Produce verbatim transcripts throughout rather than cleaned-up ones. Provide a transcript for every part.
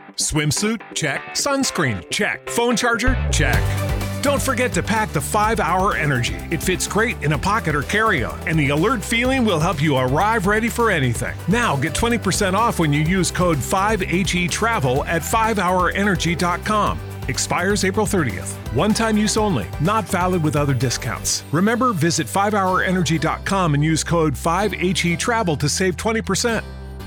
Swimsuit? Check. Sunscreen? Check. Phone charger? Check. Don't forget to pack the five hour Energy. It fits great in a pocket or carry-on, and the alert feeling will help you arrive ready for anything. Now get twenty percent off when you use code five H E travel at five hour energy dot com. Expires April thirtieth. One-time use only. Not valid with other discounts. Remember, visit five hour energy dot com and use code five H E travel to save twenty percent.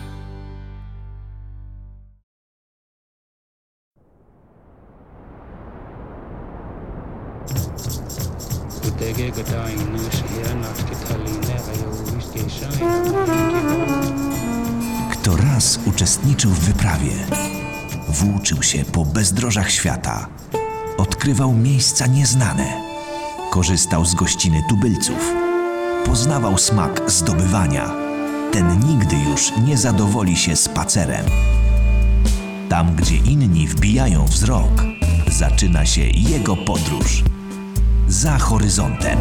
Kto raz uczestniczył w wyprawie, włóczył się po bezdrożach świata, odkrywał miejsca nieznane, korzystał z gościny tubylców, poznawał smak zdobywania, ten nigdy już nie zadowoli się spacerem. Tam, gdzie inni wbijają wzrok, zaczyna się jego podróż. Za horyzontem.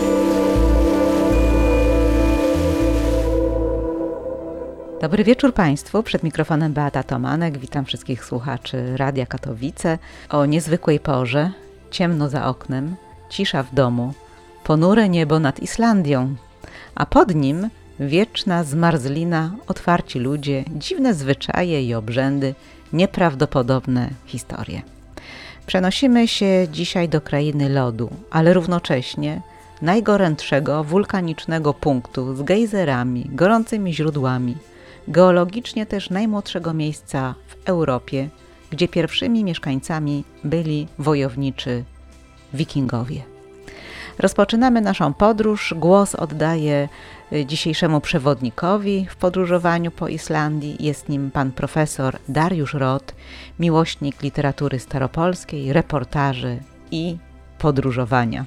Dobry wieczór Państwu, przed mikrofonem Beata Tomanek, witam wszystkich słuchaczy Radia Katowice. O niezwykłej porze, ciemno za oknem, cisza w domu, ponure niebo nad Islandią, a pod nim wieczna zmarzlina, otwarci ludzie, dziwne zwyczaje i obrzędy, nieprawdopodobne historie. Przenosimy się dzisiaj do krainy lodu, ale równocześnie najgorętszego wulkanicznego punktu z gejzerami, gorącymi źródłami, geologicznie też najmłodszego miejsca w Europie, gdzie pierwszymi mieszkańcami byli wojowniczy wikingowie. Rozpoczynamy naszą podróż. Głos oddaję dzisiejszemu przewodnikowi w podróżowaniu po Islandii. Jest nim pan profesor Dariusz Rot, miłośnik literatury staropolskiej, reportaży i podróżowania.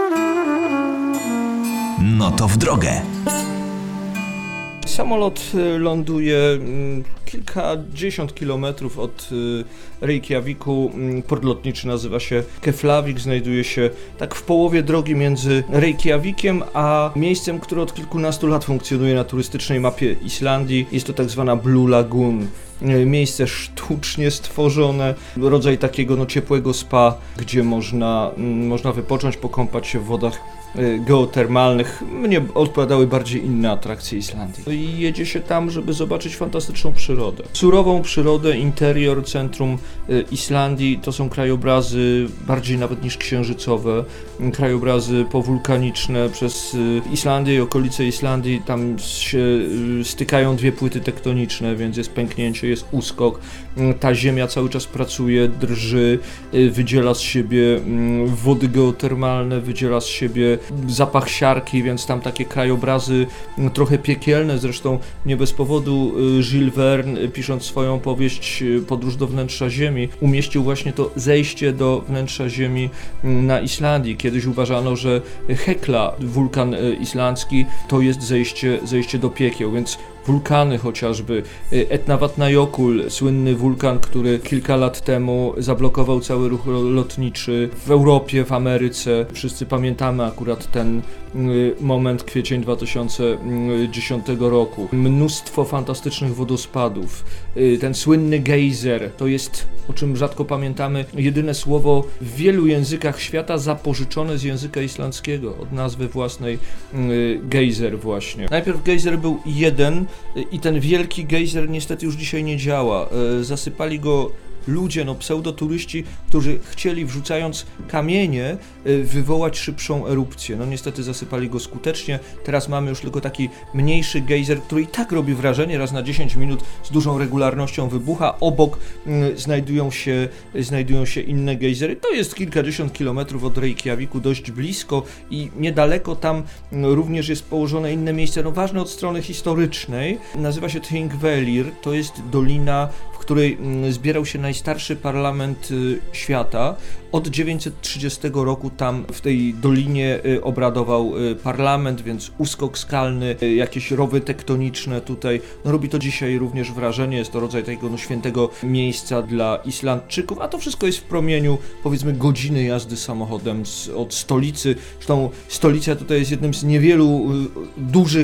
No to w drogę! Samolot ląduje kilkadziesiąt kilometrów od Reykjaviku. Port lotniczy nazywa się Keflavik, znajduje się tak w połowie drogi między Reykjavikiem a miejscem, które od kilkunastu lat funkcjonuje na turystycznej mapie Islandii. Jest to tak zwana Blue Lagoon. Miejsce sztucznie stworzone, rodzaj takiego no, ciepłego spa, gdzie można, można wypocząć, pokąpać się w wodach geotermalnych. Mnie odpowiadały bardziej inne atrakcje Islandii. I jedzie się tam, żeby zobaczyć fantastyczną przyrodę. Surową przyrodę, interior, centrum Islandii to są krajobrazy bardziej nawet niż księżycowe, krajobrazy powulkaniczne. Przez Islandię i okolice Islandii tam się stykają dwie płyty tektoniczne, więc jest pęknięcie, jest uskok. Ta ziemia cały czas pracuje, drży, wydziela z siebie wody geotermalne, wydziela z siebie zapach siarki, więc tam takie krajobrazy trochę piekielne. Zresztą nie bez powodu Jules Verne, pisząc swoją powieść Podróż do wnętrza Ziemi, umieścił właśnie to zejście do wnętrza Ziemi na Islandii. Kiedyś uważano, że Hekla, wulkan islandzki, to jest zejście, zejście do piekieł, więc wulkany chociażby, Eyjafjallajökull, słynny wulkan, który kilka lat temu zablokował cały ruch lotniczy w Europie, w Ameryce. Wszyscy pamiętamy akurat ten moment, kwiecień dwa tysiące dziesiątego roku. Mnóstwo fantastycznych wodospadów. Ten słynny gejzer to jest, o czym rzadko pamiętamy, jedyne słowo w wielu językach świata zapożyczone z języka islandzkiego, od nazwy własnej gejzer właśnie. Najpierw gejzer był jeden i ten wielki gejzer niestety już dzisiaj nie działa. Zasypali go ludzie, no pseudoturyści, którzy chcieli, wrzucając kamienie, wywołać szybszą erupcję. No niestety zasypali go skutecznie. Teraz mamy już tylko taki mniejszy gejzer, który i tak robi wrażenie, raz na dziesięć minut z dużą regularnością wybucha. Obok mm, znajdują się, znajdują się inne gejzery. To jest kilkadziesiąt kilometrów od Reykjaviku, dość blisko i niedaleko tam również jest położone inne miejsce, no ważne od strony historycznej. Nazywa się Thingvellir, to jest dolina, w której zbierał się najstarszy parlament świata. Od dziewięćset trzydziestego roku tam w tej dolinie obradował parlament, więc uskok skalny, jakieś rowy tektoniczne tutaj. No, robi to dzisiaj również wrażenie, jest to rodzaj takiego no, świętego miejsca dla Islandczyków, a to wszystko jest w promieniu powiedzmy godziny jazdy samochodem z, od stolicy. Zresztą stolica tutaj jest jednym z niewielu y, dużych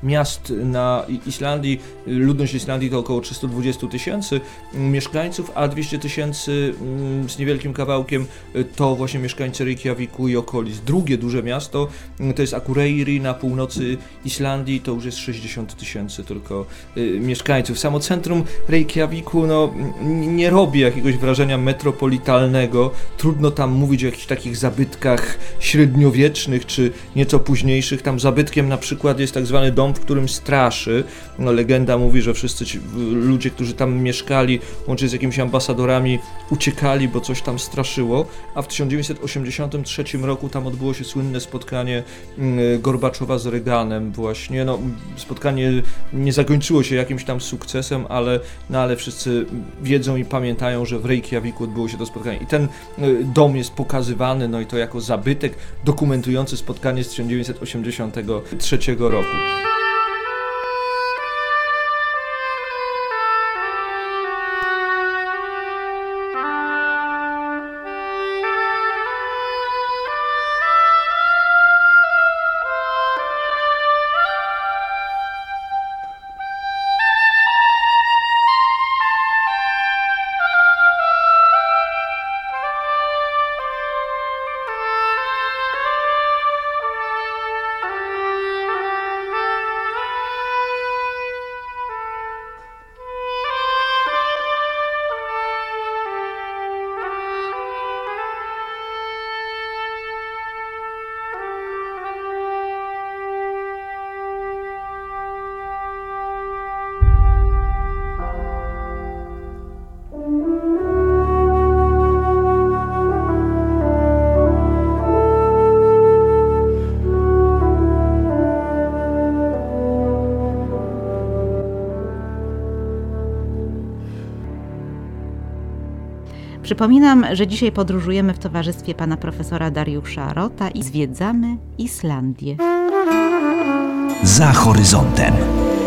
miast na Islandii. Ludność Islandii to około trzysta dwadzieścia tysięcy mieszkańców, a dwieście tysięcy z niewielkim kawałkiem to właśnie mieszkańcy Reykjaviku i okolic. Drugie duże miasto to jest Akureyri na północy Islandii, to już jest sześćdziesiąt tysięcy tylko y, mieszkańców. Samo centrum Reykjaviku no, nie robi jakiegoś wrażenia metropolitalnego. Trudno tam mówić o jakichś takich zabytkach średniowiecznych czy nieco późniejszych. Tam zabytkiem na przykład jest tak zwany dom, w którym straszy. No, legenda mówi, że wszyscy ci ludzie, którzy tam mieszkali, łącznie z jakimiś ambasadorami, uciekali, bo coś tam straszyło, a w tysiąc dziewięćset osiemdziesiątym trzecim roku tam odbyło się słynne spotkanie Gorbaczowa z Reaganem właśnie. No, spotkanie nie zakończyło się jakimś tam sukcesem, ale, no, ale wszyscy wiedzą i pamiętają, że w Reykjaviku odbyło się to spotkanie. I ten dom jest pokazywany, no i to jako zabytek dokumentujący spotkanie z tysiąc dziewięćset osiemdziesiątego trzeciego roku. Przypominam, że dzisiaj podróżujemy w towarzystwie pana profesora Dariusza Rota i zwiedzamy Islandię. Za horyzontem.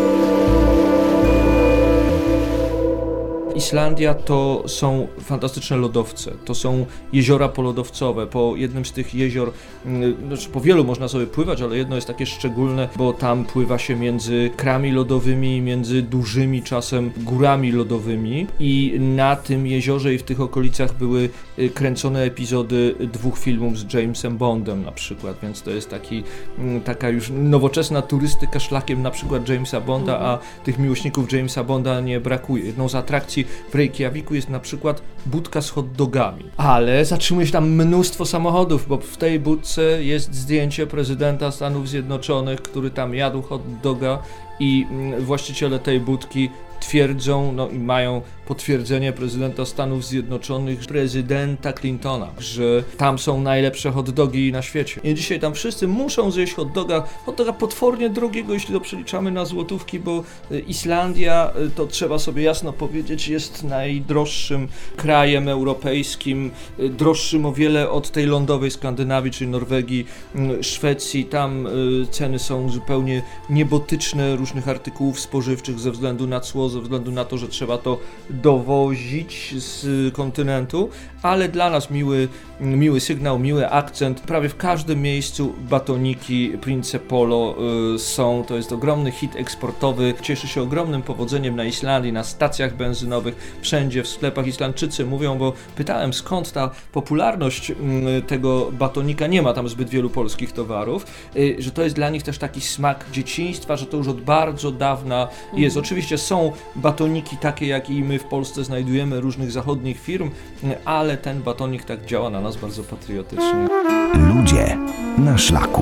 Islandia to są fantastyczne lodowce, to są jeziora polodowcowe. Po jednym z tych jezior, znaczy po wielu można sobie pływać, ale jedno jest takie szczególne, bo tam pływa się między krami lodowymi, między dużymi czasem górami lodowymi i na tym jeziorze i w tych okolicach były kręcone epizody dwóch filmów z Jamesem Bondem na przykład, więc to jest taki, taka już nowoczesna turystyka szlakiem na przykład Jamesa Bonda, a tych miłośników Jamesa Bonda nie brakuje. Jedną z atrakcji w Reykjaviku jest na przykład budka z hot dogami, ale zatrzymuje się tam mnóstwo samochodów, bo w tej budce jest zdjęcie prezydenta Stanów Zjednoczonych, który tam jadł hot doga i właściciele tej budki twierdzą, no i mają potwierdzenie prezydenta Stanów Zjednoczonych, prezydenta Clintona, że tam są najlepsze hot dogi na świecie. I dzisiaj tam wszyscy muszą zjeść hot doga, hot doga potwornie drogiego, jeśli to przeliczamy na złotówki, bo Islandia, to trzeba sobie jasno powiedzieć, jest najdroższym krajem europejskim, droższym o wiele od tej lądowej Skandynawii, czyli Norwegii, Szwecji. Tam ceny są zupełnie niebotyczne różnych artykułów spożywczych ze względu na cło, ze względu na to, że trzeba to dowozić z kontynentu, ale dla nas miły, miły sygnał, miły akcent. Prawie w każdym miejscu batoniki Prince Polo y, są. To jest ogromny hit eksportowy. Cieszy się ogromnym powodzeniem na Islandii, na stacjach benzynowych, wszędzie w sklepach. Islandczycy mówią, bo pytałem, skąd ta popularność y, tego batonika. Nie ma tam zbyt wielu polskich towarów, y, że to jest dla nich też taki smak dzieciństwa, że to już od bardzo dawna jest. Mhm. Oczywiście są batoniki takie, jak i my w Polsce znajdujemy różnych zachodnich firm, ale ten batonik tak działa na nas bardzo patriotycznie. Ludzie na szlaku.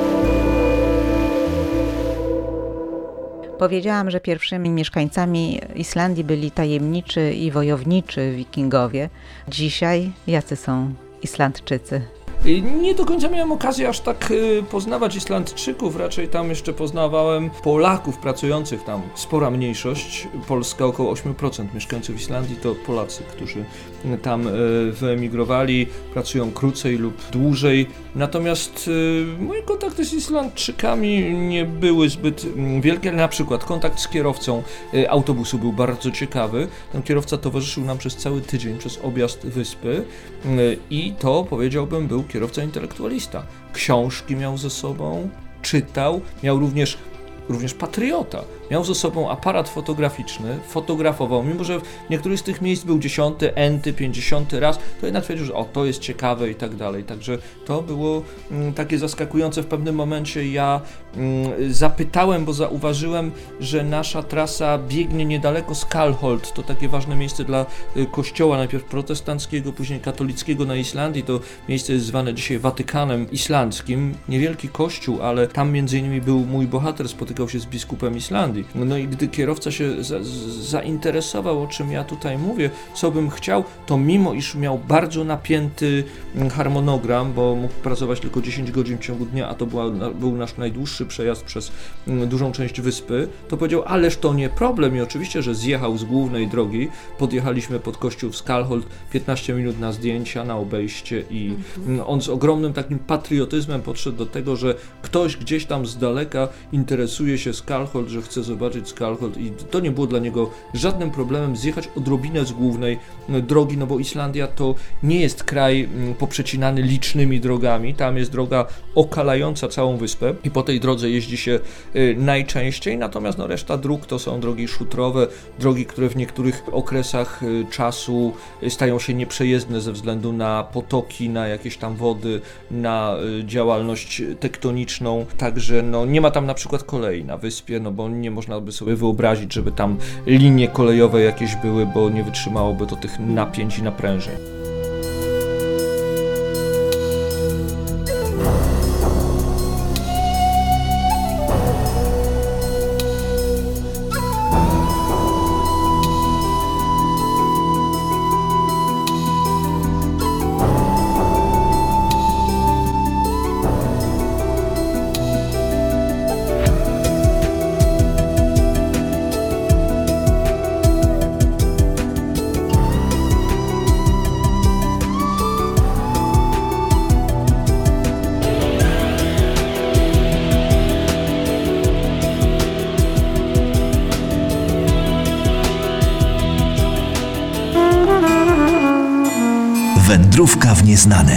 Powiedziałam, że pierwszymi mieszkańcami Islandii byli tajemniczy i wojowniczy wikingowie. Dzisiaj jacy są Islandczycy? Nie do końca miałem okazję aż tak poznawać Islandczyków, raczej tam jeszcze poznawałem Polaków pracujących tam. Spora mniejszość, Polska około osiem procent mieszkańców Islandii to Polacy, którzy tam wyemigrowali, pracują krócej lub dłużej. Natomiast moje kontakty z Islandczykami nie były zbyt wielkie, ale na przykład kontakt z kierowcą autobusu był bardzo ciekawy. Ten kierowca towarzyszył nam przez cały tydzień, przez objazd wyspy i to, powiedziałbym, był kierowca intelektualista. Książki miał ze sobą, czytał, miał również również patriota. Miał ze sobą aparat fotograficzny, fotografował, mimo że w niektórych z tych miejsc był dziesiąty, enty, pięćdziesiąty raz, to jednak twierdził, że o, to jest ciekawe i tak dalej. Także to było mm, takie zaskakujące. W pewnym momencie ja mm, zapytałem, bo zauważyłem, że nasza trasa biegnie niedaleko Skalholt. To takie ważne miejsce dla y, kościoła, najpierw protestanckiego, później katolickiego na Islandii. To miejsce jest zwane dzisiaj Watykanem Islandzkim. Niewielki kościół, ale tam między innymi był mój bohater, spotykał się z biskupem Islandii. No i gdy kierowca się za, zainteresował, o czym ja tutaj mówię, co bym chciał, to mimo iż miał bardzo napięty harmonogram, bo mógł pracować tylko dziesięć godzin w ciągu dnia, a to była, był nasz najdłuższy przejazd przez dużą część wyspy, to powiedział, ależ to nie problem i oczywiście, że zjechał z głównej drogi, podjechaliśmy pod kościół w Skalholt, piętnaście minut na zdjęcia, na obejście i on z ogromnym takim patriotyzmem podszedł do tego, że ktoś gdzieś tam z daleka interesuje się Skalholt, że chce zobaczyć Skalholt i to nie było dla niego żadnym problemem zjechać odrobinę z głównej drogi, no bo Islandia to nie jest kraj poprzecinany licznymi drogami, tam jest droga okalająca całą wyspę i po tej drodze jeździ się y, najczęściej, natomiast no, reszta dróg to są drogi szutrowe, drogi, które w niektórych okresach y, czasu y, stają się nieprzejezdne ze względu na potoki, na jakieś tam wody, na y, działalność tektoniczną, także no, nie ma tam na przykład kolei na wyspie, no bo nie można by sobie wyobrazić, żeby tam linie kolejowe jakieś były, bo nie wytrzymałoby to tych napięć i naprężeń. Wędrówka w nieznane.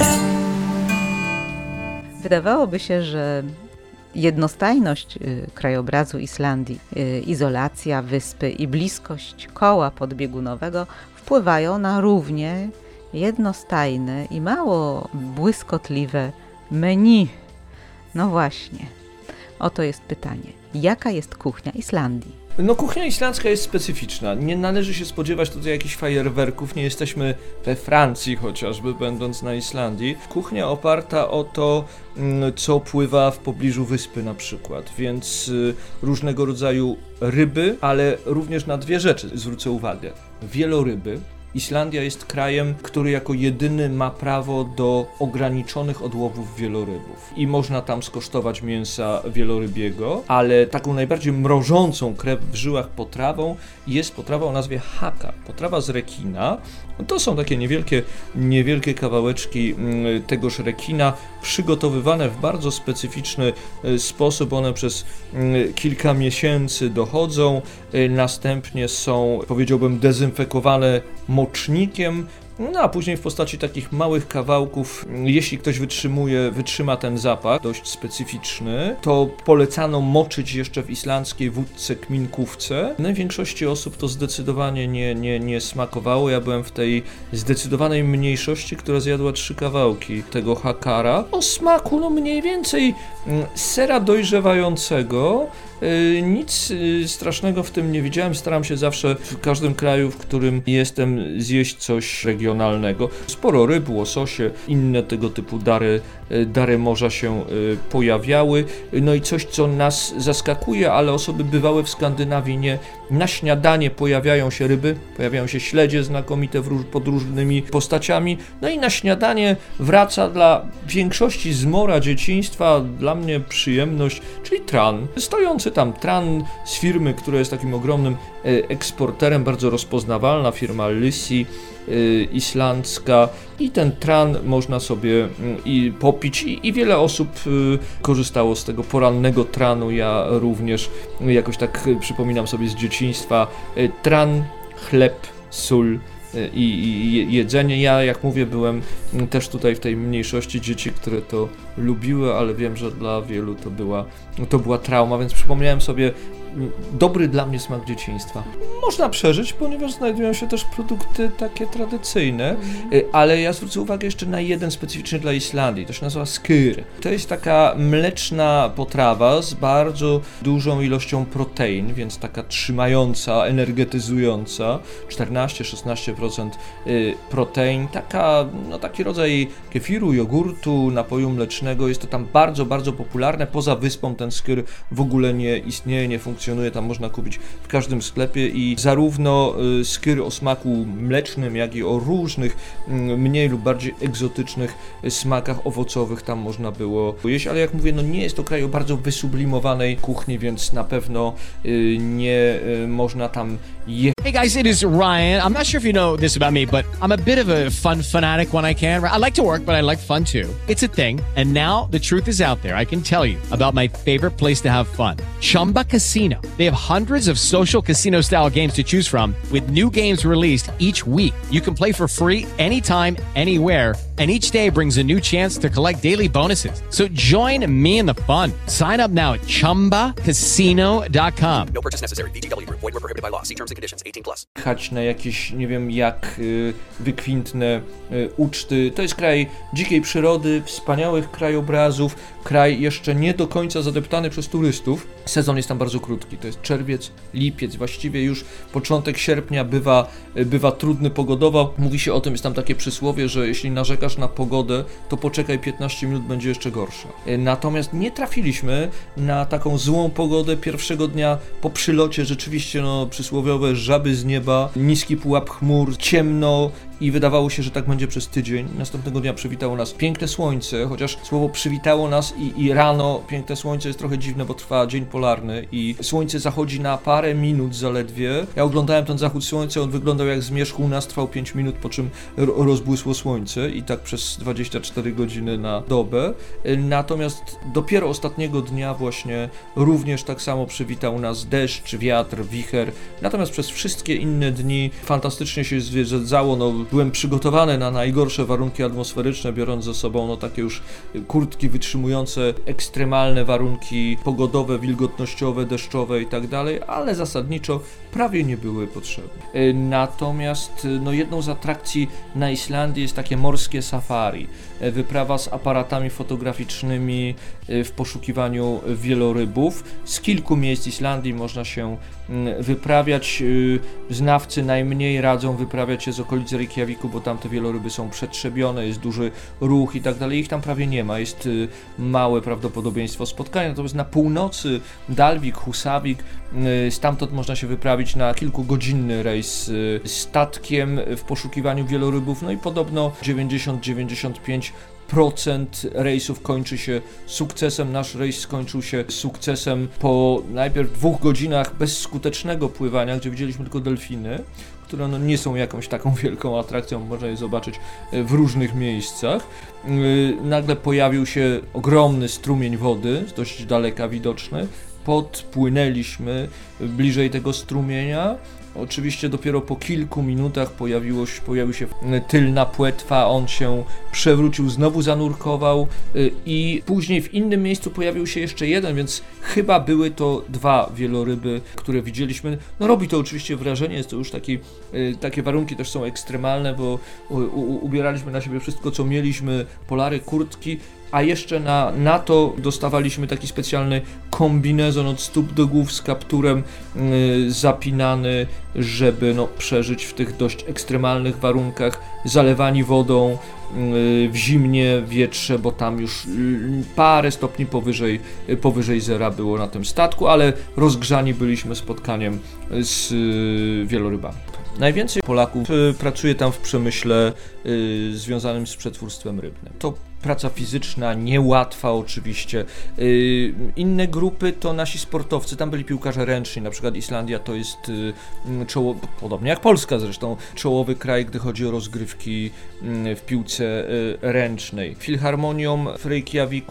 Wydawałoby się, że jednostajność y, krajobrazu Islandii, y, izolacja wyspy i bliskość koła podbiegunowego wpływają na równie jednostajne i mało błyskotliwe menu. No właśnie, oto jest pytanie. Jaka jest kuchnia Islandii? No kuchnia islandzka jest specyficzna, nie należy się spodziewać tutaj jakichś fajerwerków, nie jesteśmy we Francji chociażby, będąc na Islandii. Kuchnia oparta o to, co pływa w pobliżu wyspy na przykład, więc różnego rodzaju ryby, ale również na dwie rzeczy zwrócę uwagę. Wieloryby. Islandia jest krajem, który jako jedyny ma prawo do ograniczonych odłowów wielorybów i można tam skosztować mięsa wielorybiego, ale taką najbardziej mrożącą krew w żyłach potrawą jest potrawa o nazwie haka, potrawa z rekina. To są takie niewielkie, niewielkie kawałeczki tegoż rekina, przygotowywane w bardzo specyficzny sposób. One przez kilka miesięcy dochodzą, następnie są, powiedziałbym, dezynfekowane mocznikiem, no a później w postaci takich małych kawałków, jeśli ktoś wytrzymuje, wytrzyma ten zapach dość specyficzny, to polecano moczyć jeszcze w islandzkiej wódce kminkówce. No i większości osób to zdecydowanie nie, nie, nie smakowało. Ja byłem w tej zdecydowanej mniejszości, która zjadła trzy kawałki tego hakara. O smaku no mniej więcej sera dojrzewającego. Nic strasznego w tym nie widziałem, staram się zawsze w każdym kraju, w którym jestem, zjeść coś regionalnego. Sporo ryb, łososie, inne tego typu dary, dary morza się pojawiały. No i coś, co nas zaskakuje, ale osoby bywałe w Skandynawii nie. Na śniadanie pojawiają się ryby, pojawiają się śledzie znakomite w róż, pod różnymi postaciami. No i na śniadanie wraca dla większości zmora dzieciństwa, dla mnie przyjemność, czyli tran. Stojący tam tran z firmy, która jest takim ogromnym eksporterem, bardzo rozpoznawalna firma Lysi, islandzka, i ten tran można sobie i popić i, i wiele osób korzystało z tego porannego tranu. Ja również jakoś tak przypominam sobie z dzieciństwa tran, chleb, sól i, i jedzenie. Ja, jak mówię, byłem też tutaj w tej mniejszości dzieci, które to lubiły, ale wiem, że dla wielu to była, to była trauma, więc przypomniałem sobie dobry dla mnie smak dzieciństwa. Można przeżyć, ponieważ znajdują się też produkty takie tradycyjne, mm. ale ja zwrócę uwagę jeszcze na jeden specyficzny dla Islandii, to się nazywa skyr. To jest taka mleczna potrawa z bardzo dużą ilością protein, więc taka trzymająca, energetyzująca, czternaście do szesnastu procent protein, taka, no taki rodzaj kefiru, jogurtu, napoju mlecznego, jest to tam bardzo, bardzo popularne. Poza wyspą ten skyr w ogóle nie istnieje, nie funkcjonuje. Tam można kupić w każdym sklepie i zarówno skyr o smaku mlecznym, jak i o różnych mniej lub bardziej egzotycznych smakach owocowych tam można było jeść, ale jak mówię, no nie jest to kraj o bardzo wysublimowanej kuchni, więc na pewno nie można tam jeść. Hey guys, it is Ryan. I'm not sure if you know this about me, but I'm a bit of a fun fanatic when I can. I like to work, but I like fun too. It's a thing. And now the truth is out there. I can tell you about my favorite place to have fun. Chumba Casino. They have hundreds of social casino style games to choose from with new games released each week. You can play for free anytime, anywhere. And each day brings a new chance to collect daily bonuses. So join me in the fun. Sign up now at chumba casino dot com. No purchase necessary. V G W Group. Void where prohibited by law. See terms and conditions. eighteen plus. Jechać na jakieś, nie wiem jak y, wykwintne y, uczty. To jest kraj dzikiej przyrody, wspaniałych krajobrazów, kraj jeszcze nie do końca zadeptany przez turystów. Sezon jest tam bardzo krótki, to jest czerwiec, lipiec, właściwie już początek sierpnia bywa, bywa trudny pogodowo. Mówi się o tym, jest tam takie przysłowie, że jeśli narzekasz na pogodę, to poczekaj piętnaście minut, będzie jeszcze gorsza. Natomiast nie trafiliśmy na taką złą pogodę pierwszego dnia po przylocie, rzeczywiście no przysłowiowe żaby z nieba, niski pułap chmur, ciemno i wydawało się, że tak będzie przez tydzień. Następnego dnia przywitało nas piękne słońce, chociaż słowo przywitało nas i, i rano piękne słońce jest trochę dziwne, bo trwa dzień polarny i słońce zachodzi na parę minut zaledwie. Ja oglądałem ten zachód słońca, on wyglądał jak zmierzch, u nas trwał pięć minut, po czym rozbłysło słońce i tak przez dwadzieścia cztery godziny na dobę. Natomiast dopiero ostatniego dnia właśnie również tak samo przywitał nas deszcz, wiatr, wicher. Natomiast przez wszystkie inne dni fantastycznie się zwiedzało, no byłem przygotowany na najgorsze warunki atmosferyczne, biorąc ze sobą no takie już kurtki wytrzymujące ekstremalne warunki pogodowe, wilgotnościowe, deszczowe i tak dalej, ale zasadniczo prawie nie były potrzebne. Natomiast no jedną z atrakcji na Islandii jest takie morskie safari. Wyprawa z aparatami fotograficznymi w poszukiwaniu wielorybów. Z kilku miejsc Islandii można się wyprawiać. Znawcy najmniej radzą wyprawiać się z okolicy Reykjaviku, bo tam te wieloryby są przetrzebione, jest duży ruch i tak dalej. Ich tam prawie nie ma, jest małe prawdopodobieństwo spotkania. Natomiast na północy Dalvik, Husavik, stamtąd można się wyprawić na kilkugodzinny rejs statkiem w poszukiwaniu wielorybów. No i podobno dziewięćdziesiąt do dziewięćdziesięciu pięciu procent rejsów kończy się sukcesem. Nasz rejs skończył się sukcesem po najpierw dwóch godzinach bezskutecznego pływania, gdzie widzieliśmy tylko delfiny, które no nie są jakąś taką wielką atrakcją, można je zobaczyć w różnych miejscach. Nagle pojawił się ogromny strumień wody, dość daleka widoczny. Podpłynęliśmy bliżej tego strumienia. Oczywiście dopiero po kilku minutach pojawiło się, pojawił się tylna płetwa, on się przewrócił, znowu zanurkował i później w innym miejscu pojawił się jeszcze jeden, więc chyba były to dwa wieloryby, które widzieliśmy. No robi to oczywiście wrażenie, jest to już taki, takie warunki też są ekstremalne, bo u, u, ubieraliśmy na siebie wszystko, co mieliśmy, polary, kurtki, a jeszcze na, na to dostawaliśmy taki specjalny kombinezon od stóp do głów z kapturem yy, zapinany, żeby no, przeżyć w tych dość ekstremalnych warunkach, zalewani wodą yy, w zimnie, wietrze, bo tam już yy, parę stopni powyżej, yy, powyżej zera było na tym statku, ale rozgrzani byliśmy spotkaniem z yy, wielorybami. Najwięcej Polaków yy, pracuje tam w przemyśle yy, związanym z przetwórstwem rybnym. To praca fizyczna, niełatwa oczywiście. Yy, inne grupy to nasi sportowcy, tam byli piłkarze ręczni, na przykład Islandia to jest yy, czoło, podobnie jak Polska zresztą, czołowy kraj, gdy chodzi o rozgrywki yy, w piłce yy, ręcznej. Filharmonią w Reykjaviku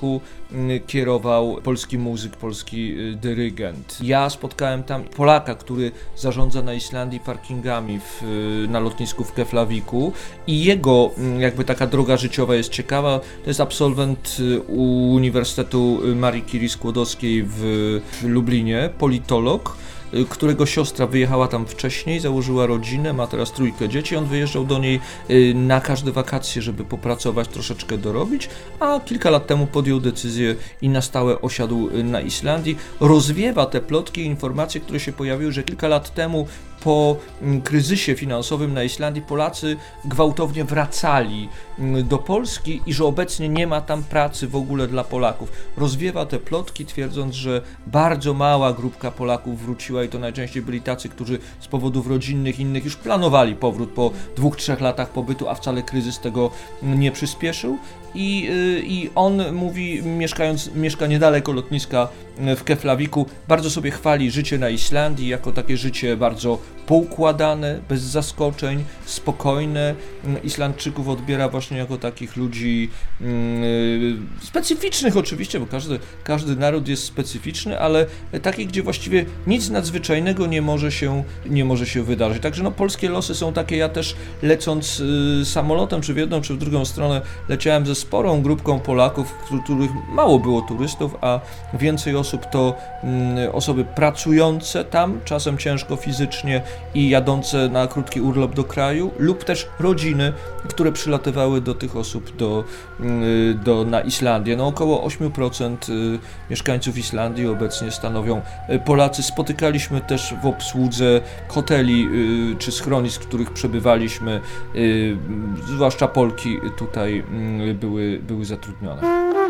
kierował polski muzyk, polski dyrygent. Ja spotkałem tam Polaka, który zarządza na Islandii parkingami w, na lotnisku w Keflaviku i jego jakby taka droga życiowa jest ciekawa. To jest absolwent Uniwersytetu Marii Curie Skłodowskiej w, w Lublinie, politolog, którego siostra wyjechała tam wcześniej, założyła rodzinę, ma teraz trójkę dzieci. On wyjeżdżał do niej na każde wakacje, żeby popracować, troszeczkę dorobić, a kilka lat temu podjął decyzję i na stałe osiadł na Islandii. Rozwiewa te plotki i informacje, które się pojawiły, że kilka lat temu po kryzysie finansowym na Islandii Polacy gwałtownie wracali do Polski i że obecnie nie ma tam pracy w ogóle dla Polaków. Rozwiewa te plotki, twierdząc, że bardzo mała grupka Polaków wróciła i to najczęściej byli tacy, którzy z powodów rodzinnych innych już planowali powrót po dwóch, trzech latach pobytu, a wcale kryzys tego nie przyspieszył. I, I on mówi, mieszkając, mieszka niedaleko lotniska w Keflaviku, bardzo sobie chwali życie na Islandii jako takie życie bardzo poukładane, bez zaskoczeń, spokojne. Islandczyków odbiera właśnie jako takich ludzi yy, specyficznych oczywiście, bo każdy, każdy naród jest specyficzny, ale takich, gdzie właściwie nic nadzwyczajnego nie może się, nie może się wydarzyć. Także no, polskie losy są takie. Ja też lecąc yy, samolotem, czy w jedną, czy w drugą stronę, leciałem ze sporą grupką Polaków, których mało było turystów, a więcej osób to yy, osoby pracujące tam, czasem ciężko fizycznie i jadące na krótki urlop do kraju, lub też rodziny, które przylatywały do tych osób do, do, na Islandię. No, około osiem procent mieszkańców Islandii obecnie stanowią Polacy. Spotykaliśmy też w obsłudze hoteli czy schronisk, w których przebywaliśmy, zwłaszcza Polki tutaj były, były zatrudnione.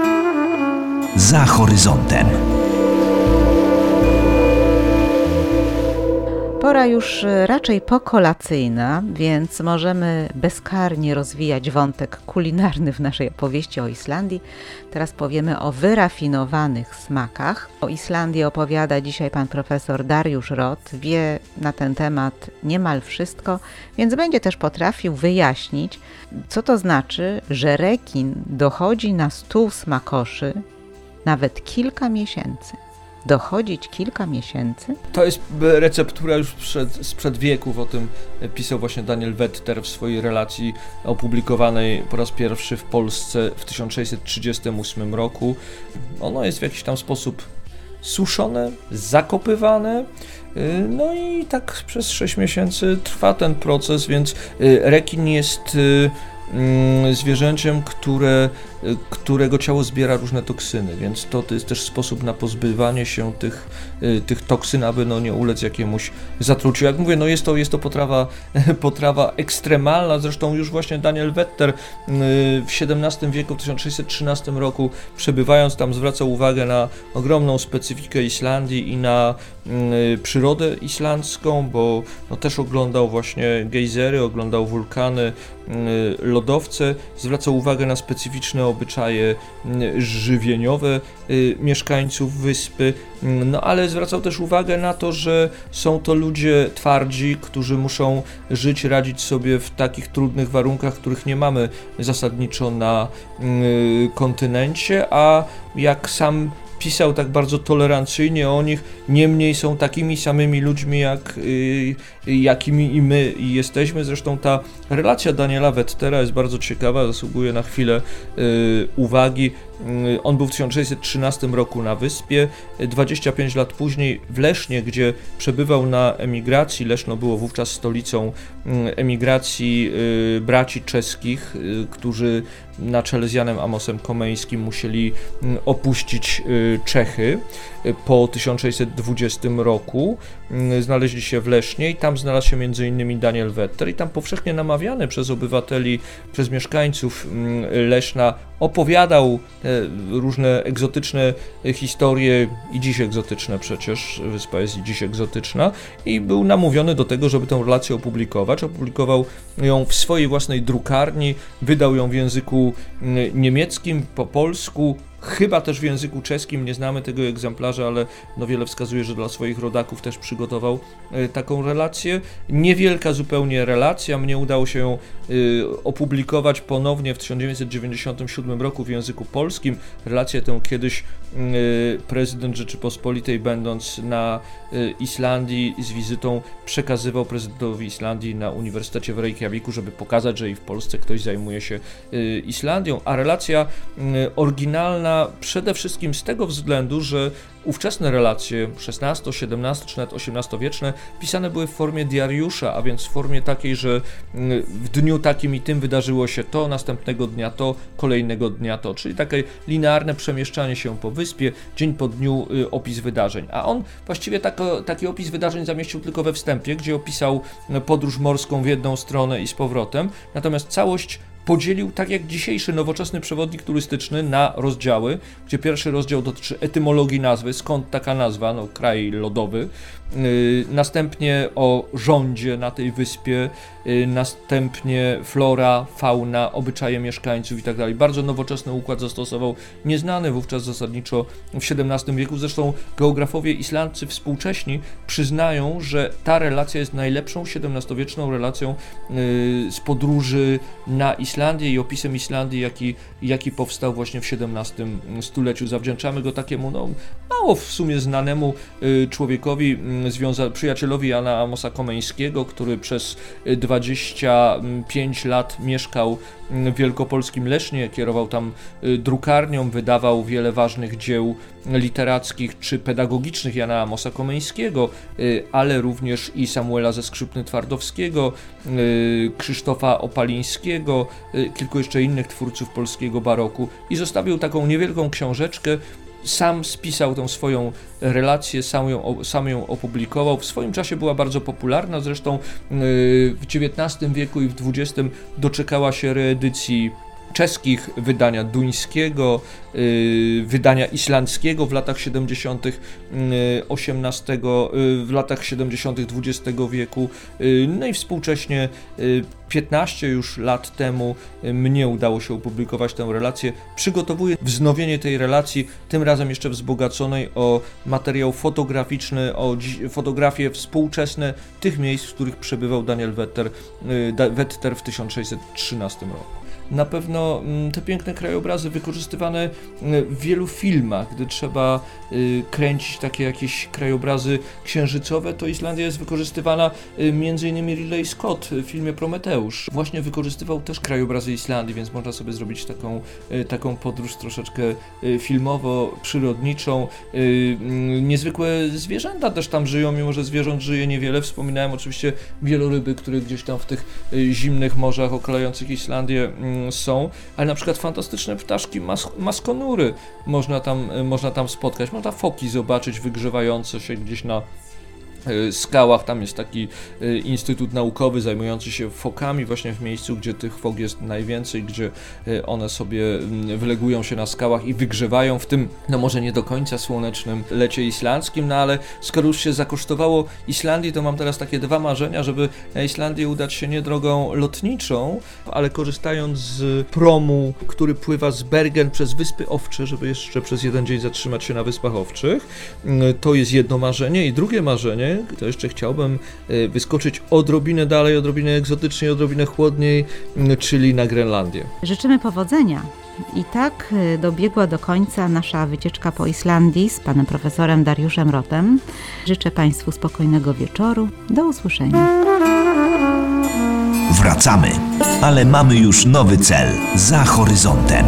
Za horyzontem. Pora już raczej pokolacyjna, więc możemy bezkarnie rozwijać wątek kulinarny w naszej opowieści o Islandii. Teraz powiemy o wyrafinowanych smakach. O Islandii opowiada dzisiaj pan profesor Dariusz Roth. Wie na ten temat niemal wszystko, więc będzie też potrafił wyjaśnić, co to znaczy, że rekin dochodzi na stół smakoszy nawet kilka miesięcy. Dochodzić kilka miesięcy? To jest receptura już sprzed, sprzed wieków, o tym pisał właśnie Daniel Wetter w swojej relacji opublikowanej po raz pierwszy w Polsce w tysiąc sześćset trzydziestym ósmym roku. Ono jest w jakiś tam sposób suszone, zakopywane, no i tak przez sześć miesięcy trwa ten proces, więc rekin jest zwierzęciem, które, którego ciało zbiera różne toksyny, więc to, to jest też sposób na pozbywanie się tych, tych toksyn, aby no nie ulec jakiemuś zatruciu. Jak mówię, no jest to, jest to potrawa, potrawa ekstremalna, zresztą już właśnie Daniel Wetter w siedemnastym wieku, w tysiąc sześćset trzynastym roku, przebywając tam, zwracał uwagę na ogromną specyfikę Islandii i na przyrodę islandzką, bo no, też oglądał właśnie gejzery, oglądał wulkany, lodowce, zwracał uwagę na specyficzne obyczaje żywieniowe mieszkańców wyspy, no ale zwracał też uwagę na to, że są to ludzie twardzi, którzy muszą żyć, radzić sobie w takich trudnych warunkach, których nie mamy zasadniczo na kontynencie, a jak sam pisał tak bardzo tolerancyjnie o nich, niemniej są takimi samymi ludźmi, jak, y, jakimi i my jesteśmy. Zresztą ta relacja Daniela Wettera jest bardzo ciekawa, zasługuje na chwilę y, uwagi. Y, on był w tysiąc sześćset trzynastym roku na wyspie, dwadzieścia pięć lat później w Lesznie, gdzie przebywał na emigracji. Leszno było wówczas stolicą y, emigracji y, braci czeskich, y, którzy na czele z Janem Amosem Komeńskim musieli y, opuścić y, Czechy. Po tysiąc sześćset dwudziestym roku znaleźli się w Lesznie i tam znalazł się między innymi Daniel Wetter i tam powszechnie namawiany przez obywateli, przez mieszkańców Leszna opowiadał różne egzotyczne historie i dziś egzotyczne przecież, wyspa jest i dziś egzotyczna, i był namówiony do tego, żeby tę relację opublikować. Opublikował ją w swojej własnej drukarni, wydał ją w języku niemieckim, po polsku, chyba też w języku czeskim, nie znamy tego egzemplarza, ale no wiele wskazuje, że dla swoich rodaków też przygotował taką relację. Niewielka zupełnie relacja, mnie udało się ją opublikować ponownie w tysiąc dziewięćset dziewięćdziesiątym siódmym roku w języku polskim. Relację tę kiedyś prezydent Rzeczypospolitej, będąc na Islandii z wizytą, przekazywał prezydentowi Islandii na Uniwersytecie w Reykjaviku, żeby pokazać, że i w Polsce ktoś zajmuje się Islandią, a relacja oryginalna przede wszystkim z tego względu, że ówczesne relacje szesnasto-, siedemnasto- czy nawet osiemnastowieczne pisane były w formie diariusza, a więc w formie takiej, że w dniu takim i tym wydarzyło się to, następnego dnia to, kolejnego dnia to, czyli takie linearne przemieszczanie się po wyspie, dzień po dniu opis wydarzeń. A on właściwie tako, taki opis wydarzeń zamieścił tylko we wstępie, gdzie opisał podróż morską w jedną stronę i z powrotem, natomiast całość podzielił, tak jak dzisiejszy nowoczesny przewodnik turystyczny, na rozdziały, gdzie pierwszy rozdział dotyczy etymologii nazwy, skąd taka nazwa, no kraj lodowy, yy, następnie o rządzie na tej wyspie, yy, następnie flora, fauna, obyczaje mieszkańców i tak dalej. Bardzo nowoczesny układ zastosował, nieznany wówczas zasadniczo w siedemnastym wieku, zresztą geografowie islandzcy współcześni przyznają, że ta relacja jest najlepszą siedemnastowieczną relacją yy, z podróży na Islandię i opisem Islandii, jaki, jaki powstał właśnie w siedemnastym stuleciu. Zawdzięczamy go takiemu no, mało w sumie znanemu y, człowiekowi, y, związa- przyjacielowi Jana Amosa Komeńskiego, który przez dwadzieścia pięć lat mieszkał w wielkopolskim Lesznie, kierował tam y, drukarnią, wydawał wiele ważnych dzieł literackich czy pedagogicznych Jana Amosa Komeńskiego, y, ale również i Samuela ze Skrzypny-Twardowskiego, y, Krzysztofa Opalińskiego, y, kilku jeszcze innych twórców polskiego baroku i zostawił taką niewielką książeczkę. Sam spisał tą swoją relację, sam ją, sam ją opublikował. W swoim czasie była bardzo popularna, zresztą w dziewiętnastym wieku i w dwudziestym doczekała się reedycji czeskich, wydania duńskiego, wydania islandzkiego w latach siedemdziesiątych osiemnastego, w latach siedemdziesiątych dwudziestego wieku, no i współcześnie piętnaście już lat temu mnie udało się opublikować tę relację. Przygotowuję wznowienie tej relacji, tym razem jeszcze wzbogaconej o materiał fotograficzny, o fotografie współczesne tych miejsc, w których przebywał Daniel Wetter, Wetter w tysiąc sześćset trzynastym roku. Na pewno te piękne krajobrazy wykorzystywane w wielu filmach, gdy trzeba kręcić takie jakieś krajobrazy księżycowe, to Islandia jest wykorzystywana, między innymi Ridley Scott w filmie Prometeusz właśnie wykorzystywał też krajobrazy Islandii, więc można sobie zrobić taką, taką podróż troszeczkę filmowo-przyrodniczą. Niezwykłe zwierzęta też tam żyją, mimo że zwierząt żyje niewiele. Wspominałem oczywiście wieloryby, które gdzieś tam w tych zimnych morzach okalających Islandię są, ale na przykład fantastyczne ptaszki, mas maskonury można tam, można tam spotkać, można foki zobaczyć wygrzewające się gdzieś na skałach. Tam jest taki instytut naukowy zajmujący się fokami właśnie w miejscu, gdzie tych fok jest najwięcej, gdzie one sobie wylegują się na skałach i wygrzewają w tym, no może nie do końca słonecznym lecie islandzkim, no ale skoro już się zakosztowało Islandii, to mam teraz takie dwa marzenia, żeby na Islandię udać się nie drogą lotniczą, ale korzystając z promu, który pływa z Bergen przez Wyspy Owcze, żeby jeszcze przez jeden dzień zatrzymać się na Wyspach Owczych. To jest jedno marzenie. I drugie marzenie, to jeszcze chciałbym wyskoczyć odrobinę dalej, odrobinę egzotycznie, odrobinę chłodniej, czyli na Grenlandię. Życzymy powodzenia. I tak dobiegła do końca nasza wycieczka po Islandii z panem profesorem Dariuszem Rotem. Życzę Państwu spokojnego wieczoru. Do usłyszenia. Wracamy, ale mamy już nowy cel za horyzontem.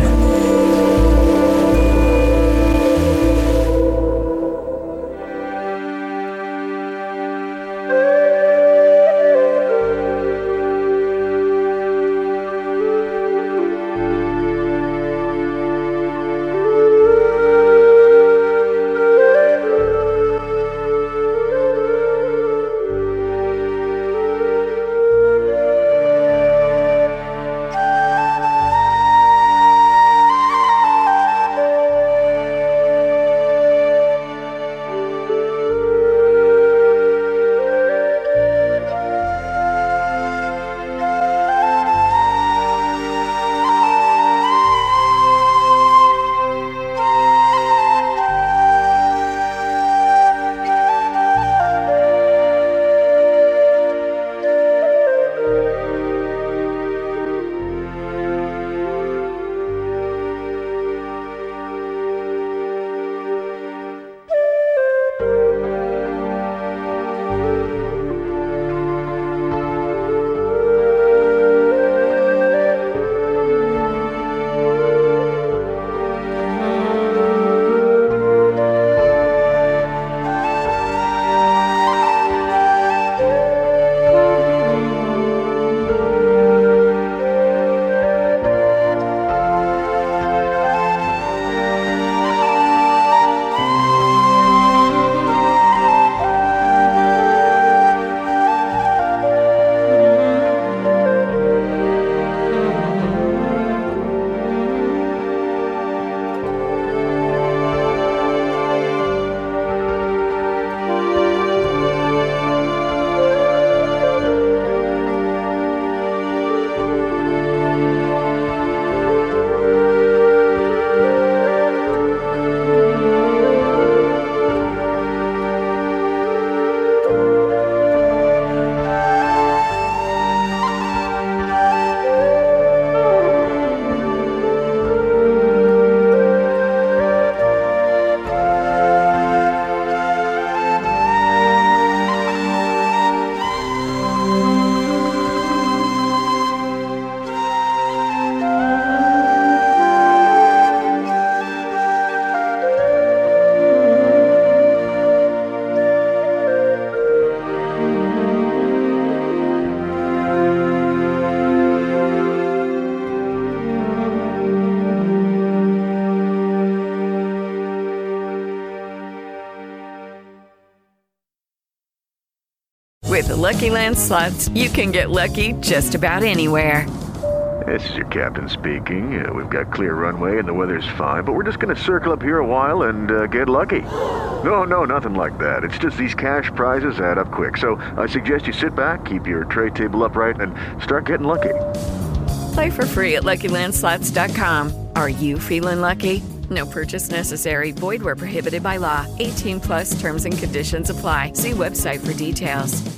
Lucky Land Slots, you can get lucky just about anywhere. This is your captain speaking. Uh, we've got clear runway and the weather's fine, but we're just going to circle up here a while and uh, get lucky. No, no, nothing like that. It's just these cash prizes add up quick. So I suggest you sit back, keep your tray table upright, and start getting lucky. Play for free at Lucky Land Slots dot com. Are you feeling lucky? No purchase necessary. Void where prohibited by law. eighteen plus terms and conditions apply. See website for details.